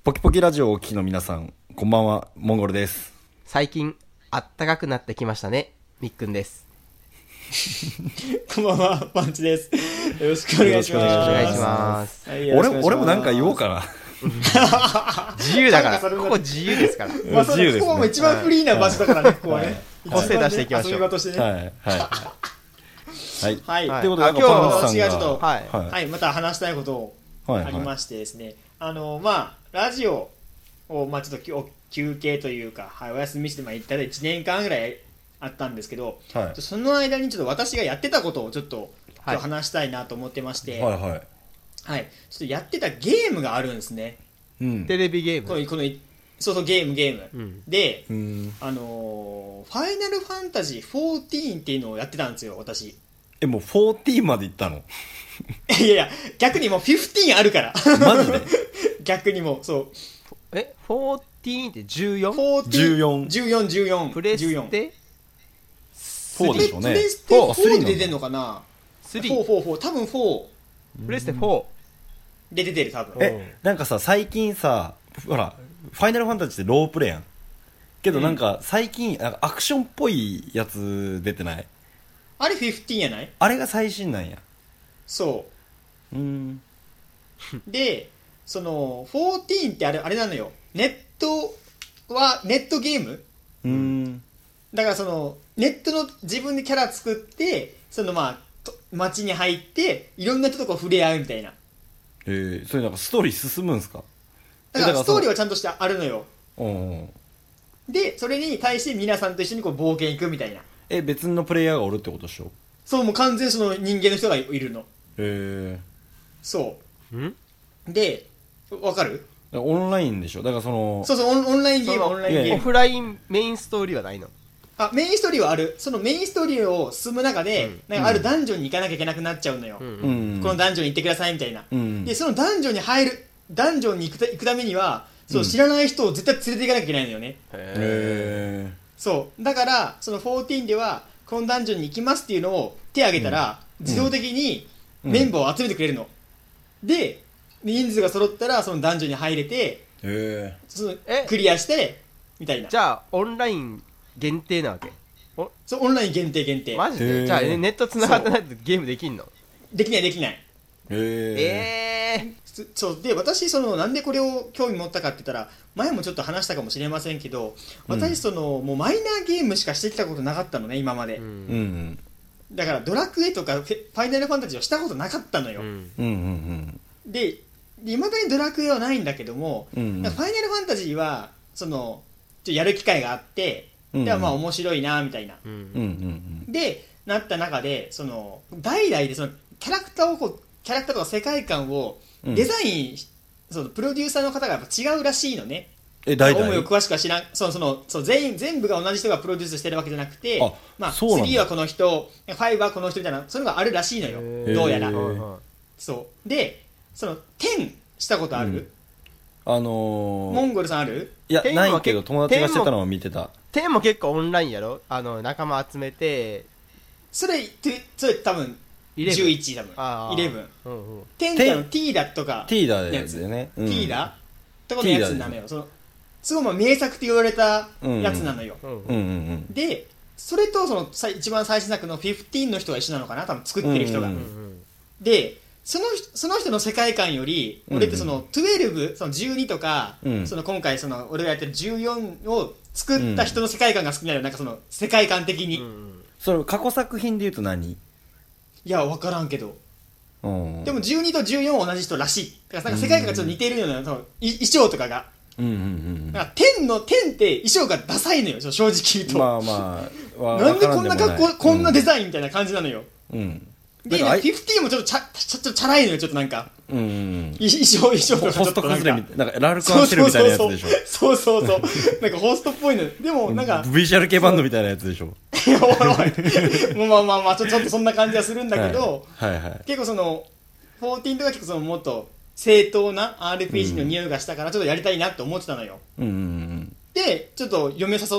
ポキポキラジオをお聞きの皆さん、こんばんは、モンゴルです。 最近、あったかくなってきましたね。みっくんです。 こんばんは、パンチです。よろしくお願いします。 お願いします。 はい、 俺もなんか言おうかな。 自由だから、ここ自由ですから。 まあ、そうですね。ここも一番フリーな場所だからね、ここはね。 個性出していきましょう。 遊び場としてね。 はい、はい。はい。 はい。 ということで、 今日私がちょっと、 はい、 また話したいことありましてですね。まあ、ラジオを、まあ、ちょっと休憩というか、はい、お休みして、まあ、行ったら1年間ぐらいあったんですけど、 はい、 その間にちょっと私がやってたことをちょっと今日話したいなと思ってまして、 はいはい。 はい、ちょっとやってたゲームがあるんですね。 うん、 テレビゲーム。 そうゲーム、 うん、 で、 ファイナルファンタジー14っていうのをやってたんですよ、私。 もう14まで行ったの？ いやいや、逆にもう15あるから。 マジで？ 逆にもう、そう。 14って 14？14。 14。 プレステ 4でしょうね。 プレステ4で出てんのかな？ 3。 4。多分4。 プレステ4。 で出てる、多分。 なんかさ、最近さ、ほら、ファイナルファンタジーってロープレイやん。けどなんか、最近、アクションっぽいやつ出てない？ あれ15やない？ あれが最新なんや。 そう。で、その、14ってあれなのよ。ネットゲーム？だからその、ネットの自分でキャラ作って、そのまあ、街に入って、いろんな人とこう触れ合うみたいな。 それなんかストーリー進むんすか？ だからストーリーはちゃんとしてあるのよ。 うんで、それに対して皆さんと一緒にこう冒険行くみたいな。 別のプレイヤーがおるってことでしょ？ そう、もう完全にその人間の人がいるの。そう。で、わかる？ オンラインでしょ？だからその、 そう、オンラインゲーム。 オフラインメインストーリーはないの？ メインストーリーはある。そのメインストーリーを進む中で、なんかあるダンジョンに行かなきゃいけなくなっちゃうのよ。このダンジョンに行ってくださいみたいな。で、そのダンジョンに行くためには、そう知らない人を絶対連れて行かなきゃいけないのよね。そう。だから、その14では、このダンジョンに行きますっていうのを手挙げたら、自動的にメンバーを集めてくれるの。で、人数が揃ったら、そのダンジョンに入れて、そのクリアして、みたいな。 じゃあ、オンライン限定なわけ？ そう、オンライン限定。 マジで？じゃあ、ネット繋がってないとゲームできんの？ できない。そう。で、私、なんでこれを興味持ったかって言ったら、前もちょっと話したかもしれませんけど、私、もうマイナーゲームしかしてきたことなかったのね、今まで。だから、ドラクエとか、ファイナルファンタジーをしたことなかったのよ。で、未だにドラクエはないんだけども、ファイナルファンタジーは、やる機会があって、で、まあ面白いな、みたいな。で、なった中で、代々で、キャラクターとか世界観をデザイン、プロデューサーの方がやっぱ違うらしいのね。 思いを詳しくは知らん。全部が同じ人がプロデュースしてるわけじゃなくて、まあ、3はこの人、5はこの人みたいな、そういうのがあるらしいのよ。どうやら。そう。で、10したことある？モンゴルさんある？ いや、ないけど友達がしてたのを見てた。 10も結構オンラインやろ？仲間集めて。 それ多分、11多分。11。10ってT だとか。 T だでね。 T だとかのやつなのよ。すごい名作って言われたやつなのよ。で、それと一番最新作の15の人が一緒なのかな？多分作ってる人が。で、その人の世界観より、俺って12、12とか、今回俺がやってる14を作った人の世界観が好きなのよ。なんか世界観的に。 それ過去作品で言うと何？ いや、わからんけど。でも12と14は同じ人らしい。だから世界観がちょっと似てるような、衣装とかが。だから10って衣装がダサいのよ、正直言うと。 まあ、 なんでこんな格好、こんなデザインみたいな感じなのよ。で、15もちょっとチャラいのよ、ちょっとなんか。衣装とかホストコスメみたいな、ラルクアンシェルみたいなやつでしょ。 そう。なんかホストっぽいの。でもなんか。 ビジュアル系バンドみたいなやつでしょ。 いや、おい。まあ、ちょっとそんな感じはするんだけど、結構14とか結構もっと正当な RPG の匂いがしたから、ちょっとやりたいなって思ってたのよ。で、ちょっと嫁誘って、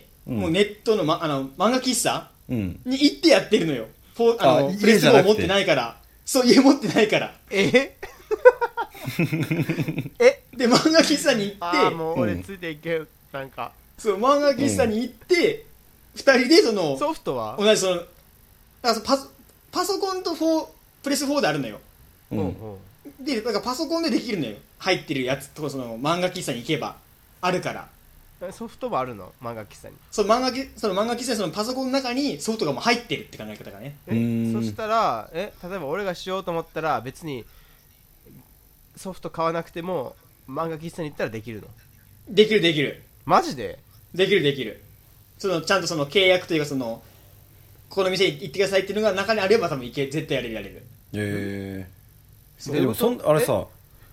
もうネットの漫画喫茶に行ってやってるのよ。プレステ4持ってないから。そう、家持ってないから。 で漫画喫茶に行ってもう俺ついていける、なんかそう漫画喫茶に行って、2人でそのソフトは同じそのだからそのパソコンとプレス4であるのよ。でだからパソコンでできるのよ、入ってるやつとその漫画喫茶に行けばあるから。 ソフトもあるの漫画喫茶に。 その漫画喫茶にそのパソコンの中にソフトがもう入ってるって考え方がね。 そしたら例えば俺がしようと思ったら別にソフト買わなくても漫画喫茶に行ったらできるの？ できるマジで？ できる。そのちゃんとその契約というかそのここの店に行ってくださいっていうのが中にあれば多分絶対やれる。 へえ。 でもあれさ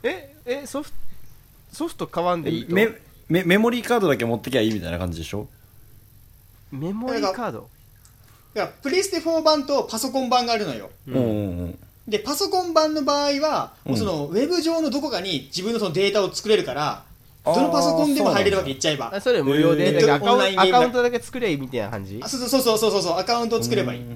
ソフト買わんでいいと？ メモリーカードだけ持ってきゃいいみたいな感じでしょ？ メモリーカード？ だからプレステ4版とパソコン版があるのよ。でパソコン版の場合は、もうそのウェブ上のどこかに自分のそのデータを作れるから、どのパソコンでも入れるわけ言っちゃえば。 それ無料で、アカウントだけ作ればいいみたいな感じ？ そうアカウントを作ればいい。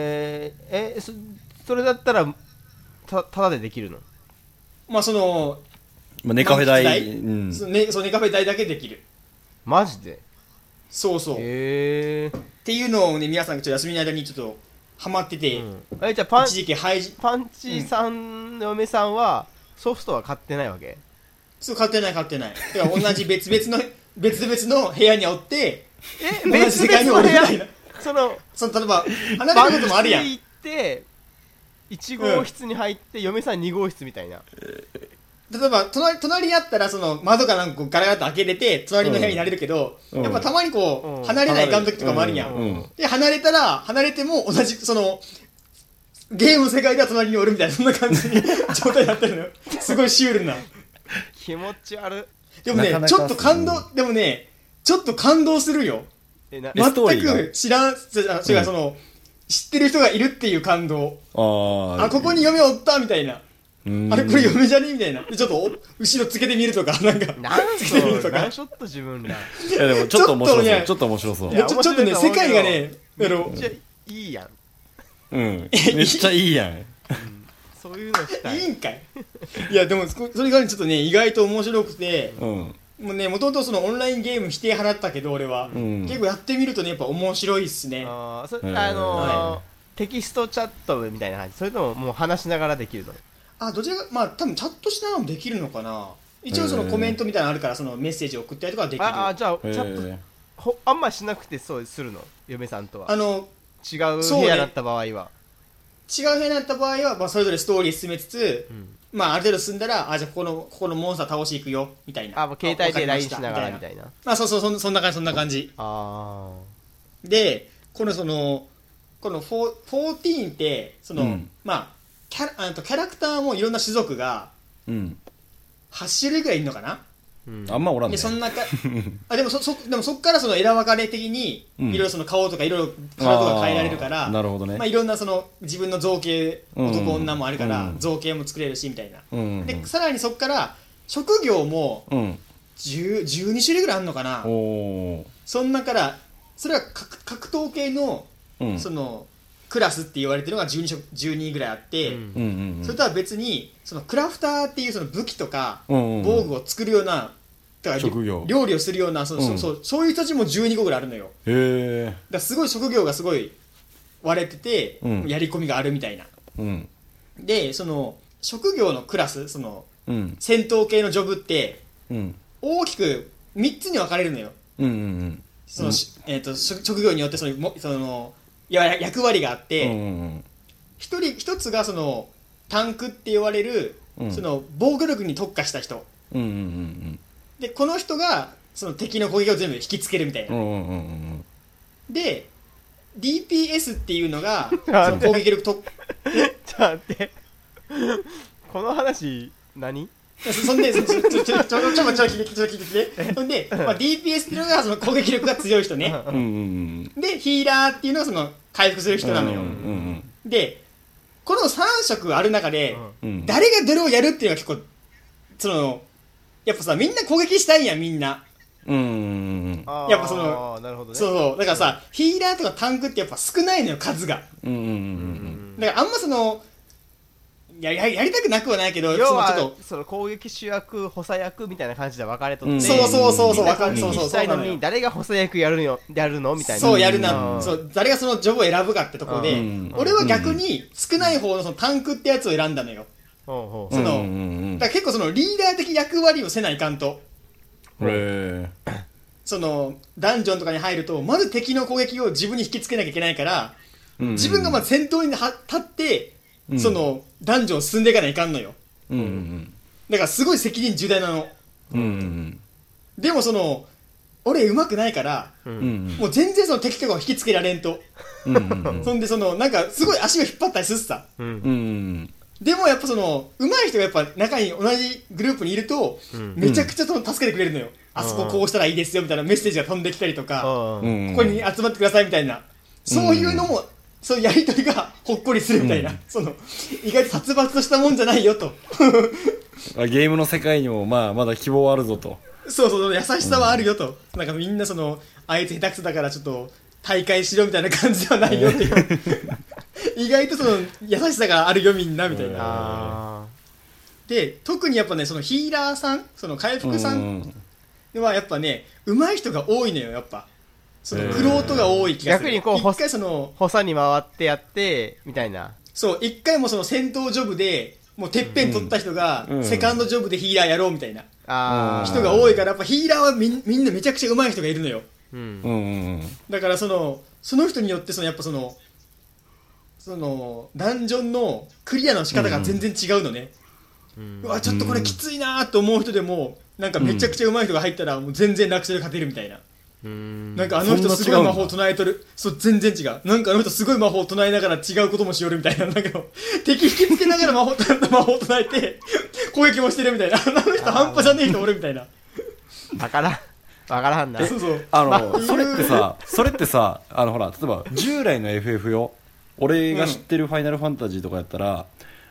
それだったらただでできるの？ まあそのネカフェ代、 そうネカフェ代だけできる。 マジで？ そうっていうのをね、皆さんちょっと休みの間にちょっとハマってて、 じゃあパン一時期パンチさんの嫁さんはソフトは買ってないわけ？ そう買ってない。だから同じ別々の部屋におって同じ世界におるみたいな。その例えば離れることもあるやん。 行って1号室に入って嫁さん2号室みたいな。 例えば隣にあったらその窓かなんかガラガラと開けれて隣の部屋になれるけど、やっぱたまにこう離れないかん時とかもあるやん。で離れても同じそのゲームの世界では隣におるみたいな、そんな感じに状態になってるのよ。すごいシュールな。 気持ち悪い。 でもねちょっと感動するよ。全く知らんその知ってる人がいるっていう感動。ここに嫁おったみたいな。あれこれ嫁じゃねみたいな。ちょっと後ろつけてみるとかなんかつけてみるとか。ちょっと自分ら。 いやでもちょっと面白そう。ちょっと面白そう。 ちょっとね世界がねめっちゃいいやん。 めっちゃいいやん。 そういうのしたい。 いいんかい。いやでもそれがちょっとね意外と面白くて。もうねもともとそのオンラインゲーム否定払ったけど俺は、結構やってみるとねやっぱ面白いっすね。 テキストチャットみたいな感じ？それとももう話しながらできるの？ どちらがまあ多分チャットしながらもできるのかな。一応そのコメントみたいなのあるからそのメッセージを送ったりとかはできる。 じゃあチャットあんましなくてそうするの？嫁さんとは違う部屋だった場合は、 違う部屋になった場合は、まあ、それぞれストーリー進めつつ、まあ、ある程度進んだらじゃあここのモンスター倒していくよみたいな。 携帯で LINE しながらみたいな。 そんな感じ。でこの14ってその、まあキャラクターもいろんな種族が8種類ぐらいいるのかな。 あんまおらんね。 でそんなでもそっからその枝分かれ的にいろいろその顔とかいろいろ体とか変えられるから、 なるほどね。 まあいろんなその自分の造形男女もあるから造形も作れるしみたいな。でさらにそっから職業も12種類ぐらいあるのかな。そんなからそれは格闘系のそのクラスって言われてるのが12ぐらいあって、それとは別にそのクラフターっていうその武器とか防具を作るような料理をするようなそういう人たちも12個ぐらいあるのよ。だからすごい職業がすごい割れてて、やり込みがあるみたいな。でその職業のクラスその、戦闘系のジョブって、大きく3つに分かれるのよ。その職業によってその役割があって、一つがそのタンクって言われる、その防御力に特化した人、でこの人がその敵の攻撃を全部引きつけるみたいな。で DPS っていうのがその攻撃力とちょっと待ってこの話何？ そんでちょっと聞いて。そんで、まあ、DPS っていうのがその攻撃力が強い人ね。でヒーラーっていうのがその回復する人なのよ。でこの3色ある中で、誰がどれをやるっていうのが結構そのやっぱさみんな攻撃したいんやみんな。やっぱそのなるほどね。 そうだからさヒーラーとかタンクってやっぱ少ないのよ数が。だからあんまそのやりたくなくはないけど、 要はちょっとその攻撃主役補佐役みたいな感じで分かれとって、 うんそうみんなわかる、 攻撃したいのに誰が補佐役やるのみたいな。 そうやるな、 うんそう誰がそのジョブを選ぶかってところで、 うん俺は逆に少ない方のそのタンクってやつを選んだのよ。 ほうほうその、 うんうんうんだから結構そのリーダー的役割をせないかんと、 へそのダンジョンとかに入るとまず敵の攻撃を自分に引きつけなきゃいけないから、 ー自分がまず先頭に立って、 うんそのダンジョンを進んでいかないかんのよ。 うんうんだからすごい責任重大なの。 うんうんでもその俺上手くないから、 ううんうんもう全然その敵とかを引きつけられんと、 うんうんそんでそのなんかすごい足を引っ張ったりするさ。 うんうんでもやっぱその上手い人がやっぱ中に同じグループにいると、 うんめちゃくちゃその助けてくれるのよ。あそここうしたらいいですよみたいなメッセージが飛んできたりとか、 うんここに集まってくださいみたいな、そういうのも、そういうやりとりがほっこりするみたいな、その意外と殺伐としたもんじゃないよとゲームの世界にもまだ希望あるぞと。 そうそう優しさはあるよと、なんかみんなそのあいつ下手くそだからちょっと大会しろみたいな感じではないよっていう意外とその優しさがあるよみんなみたいな、 あで特にやっぱねそのヒーラーさん、その回復さんはやっぱね上手い人が多いのよ。やっぱその玄人が多い気がする。 逆にこう一回その補佐に回ってやってみたいな。 そう一回もその戦闘ジョブでもうてっぺん取った人が、 うんセカンドジョブでヒーラーやろうみたいなあー人が多いから、やっぱヒーラーはみんなめちゃくちゃ上手い人がいるのよ。 うんうんうんだからその人によってやっぱそのダンジョンのクリアの仕方が全然違うのね。うわちょっとこれきついなーと思う人でもなんかめちゃくちゃ上手い人が入ったらもう全然楽勝で勝てるみたいな。なんかあの人すごい魔法唱えとる。そう全然違う。なんかあの人すごい魔法唱えながら違うこともしよるみたいな。なんか敵引きつけながら魔法唱えて攻撃もしてるみたいな。あの人半端じゃねえ人おるみたいな。 わからんな。 そうそう。 それってさほら例えば従来の FF よ、俺が知ってるファイナルファンタジーとかやったら、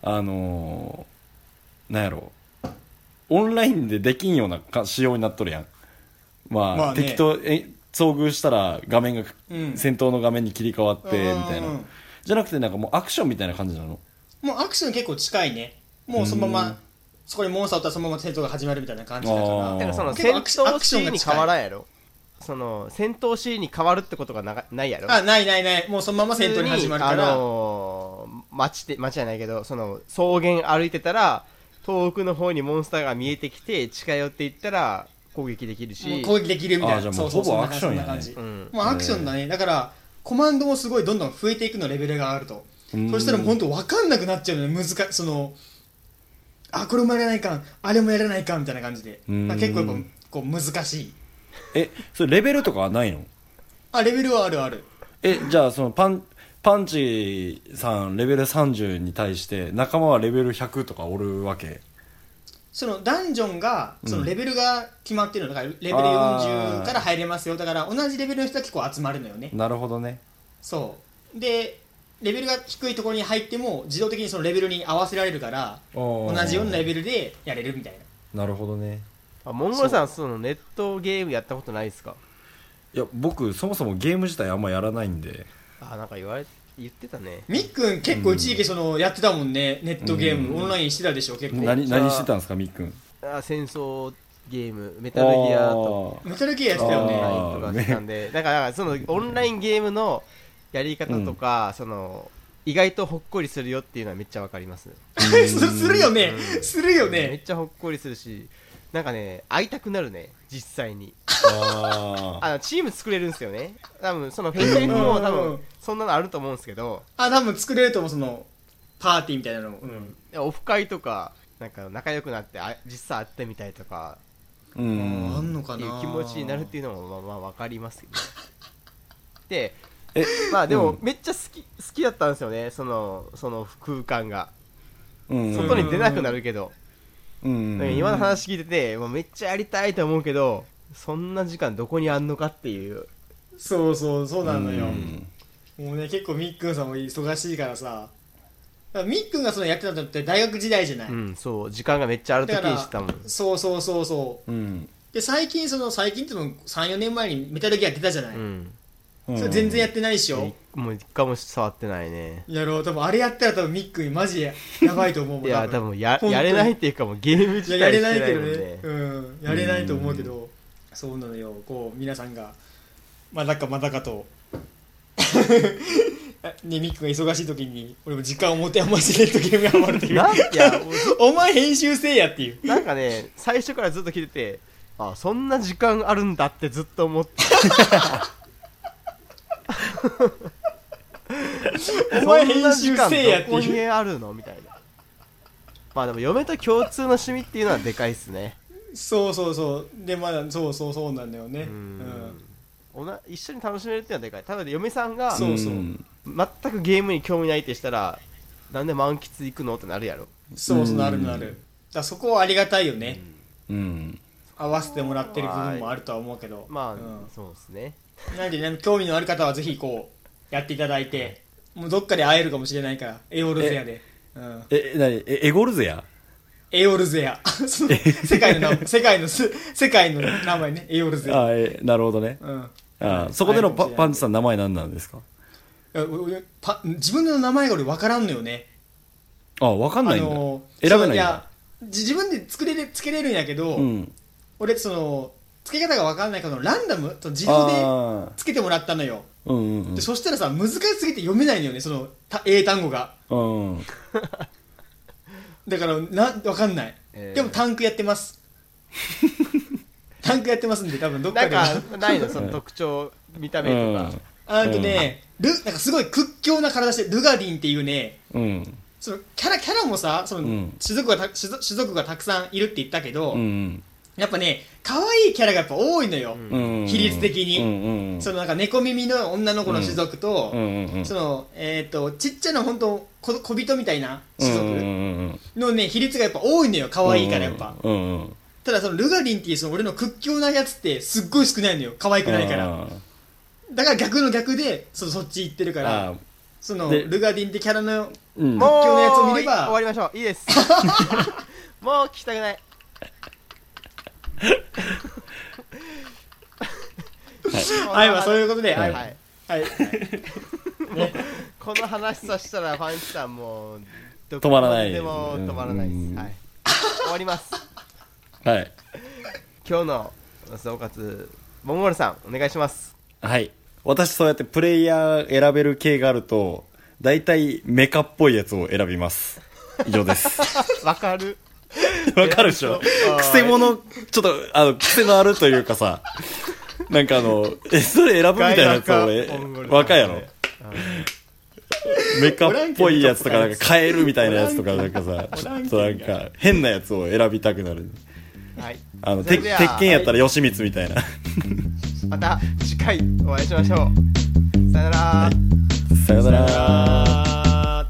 なんやろ、オンラインでできんような仕様になっとるやん。まあ、 ね、 敵と遭遇したら画面が、戦闘の画面に切り替わってみたいな、じゃなくてなんかもうアクションみたいな感じなの？ もうアクション結構近いね。もうそのままそこにモンスターおったらそのまま戦闘が始まるみたいな感じだから。 でもその戦闘シーンに変わらんやろ。その戦闘シーンに変わるってことがないやろ。 ないもうそのまま戦闘に始まるから。 街じゃないけどその草原歩いてたら遠くの方にモンスターが見えてきて近寄っていったら攻撃できるし、 攻撃できるみたいな。 じゃあもうほぼアクションやね。 もうアクションだね。だからコマンドもすごいどんどん増えていくのレベルがあると。そしたらもう本当分かんなくなっちゃうのね。そのこれもやらないかん、あれもやらないかんみたいな感じで。結構やっぱこう難しい。 それレベルとかはないの？ レベルはある。 じゃあそのパンチさんレベル30に対して仲間はレベル100とかおるわけ？ そのダンジョンがそのレベルが決まってるのだから、レベル40から入れますよ。だから同じレベルの人が結構集まるのよね。 なるほどね。 そうでレベルが低いところに入っても自動的にそのレベルに合わせられるから同じようなレベルでやれるみたいな。 なるほどね。 モンゴルさんそのネットゲームやったことないですか？ いや僕そもそもゲーム自体あんまやらないんで。 なんか言ってたね。 みっくん結構一時期やってたもんね、ネットゲーム、オンラインしてたでしょ結構。 何してたんですかみっくん？ 戦争ゲームメタルギアとメタルギアやってたよね。 オンラインとかしてたんで、だからそのオンラインゲームのやり方とか、その意外とほっこりするよっていうのはめっちゃわかります。 するよね、するよめっね。 ちゃほっこりするし、なんかね会いたくなるね実際に。チーム作れるんですよね。多分そのフェイス F も多分そんなのあると思うんですけど、 多分作れると思う、そのパーティーみたいなの。 オフ会とかなんか仲良くなって実際会ってみたいとかあんのかなっていう気持ちになるっていうのもまあ分かりますけどでまあでもめっちゃ好きだったんですよね、その空間が。外に出なくなるけど、今の話聞いててもうめっちゃやりたいと思うけど、そんな時間どこにあんのかっていう。 そうなのよ。もうね結構みっくんさんも忙しいからさ、みっくんがやってたのって大学時代じゃない。 そう時間がめっちゃある時にしてたもん。 そう、で最近っていうの3、4年前にメタルギア出たじゃない。 それ全然やってないでしょ。 もう一回も触ってないね。 やろう、多分あれやったら多分ミックにマジやばいと思うもん。 いや多分やれないっていうかもうゲーム自体やれないけどね。 うんやれないと思うけど、そうなのよ。こう皆さんがまだかとね、ミックが忙しい時に俺も時間を持て余してるとゲームにハマるという。いやお前編集せえやっていう。 なんかね最初からずっと聞いてて、あそんな時間あるんだってずっと思ってお前編集せえやっていう。 どこにあるのみたいな。まあでも嫁と共通の趣味っていうのはでかいっすね。 そうでまだそうなんだよね。 一緒に楽しめるっていうのはでかい。ただ嫁さんがそう全くゲームに興味ないってしたらなんで満喫行くのってなるやろ。 そうなるだからそこはありがたいよね。合わせてもらってる部分もあるとは思うけど、 まあ、そうですね。 なんでね、興味のある方はぜひこうやっていただいて、もうどっかで会えるかもしれないから。エオルゼアで。 エゴルゼア？ エオルゼア世界の名前ね。エオルゼア。 なるほどね。そこでのパンチさん名前何なんですか？ 自分の名前が俺分からんのよね。 分かんないんだ。選べないんだ。 自分でつけれるんやけど、俺そのつけ方が分かんないからランダム自動でつけてもらったのよ。でそしたらさ難しすぎて読めないのよね、その英単語が。だから分かんない。でもタンクやってますタンクやってますんで多分どっかでなんかないのその特徴見た目とか。 なんかすごい屈強な体してルガディンっていうね、そのキャラもさ、その種族がたくさんいるって言ったけど、やっぱね可愛いキャラがやっぱ多いのよ、比率的に。そのなんか猫耳の女の子の種族と、そのちっちゃな本当小人みたいな種族のね比率がやっぱ多いのよ、可愛いからやっぱ。ただそのルガディンっていうその俺の屈強なやつってすっごい少ないのよ、可愛くないから。だから逆の逆でそっち行ってるから、そのルガディンってキャラの屈強なやつを見れば。 終わりましょう。いいですもう聞きたくない。 はい、まあそういうことで、 この話させたらファンチさんも止まらない。 でも止まらないです。終わります。 はい。 今日の総括、モンゴルさんお願いします。 はい。私そうやってプレイヤー選べる系があるとだいたいメカっぽいやつを選びます。以上です。 わかるわかるでしょ。癖者、ちょっと癖のあるというかさ、なんかそれ選ぶみたいなやつをわかるやろ。メカっぽいやつとか、なんかカエルみたいなやつとか、なんかさ、ちょっとなんか変なやつを選びたくなる。鉄拳やったら吉光みたいな。 また次回お会いしましょう。さよなら。 さよなら。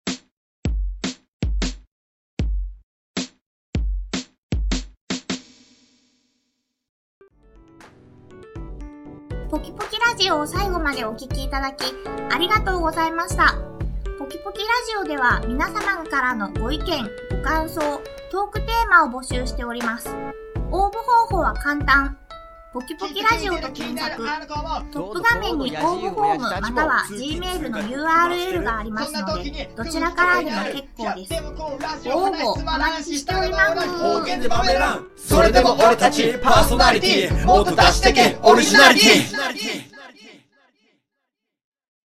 ポキポキラジオを最後までお聞きいただきありがとうございました。ポキポキラジオでは皆様からのご意見、ご感想、トークテーマを募集しております。応募方法は簡単。ポキポキラジオと検索、トップ画面に応募フォームまたは Gmail の URL がありますので、どちらからでも結構です。ご応募お待ちしております。 それでも俺たちパーソナリティもっと出してけオリジナリティ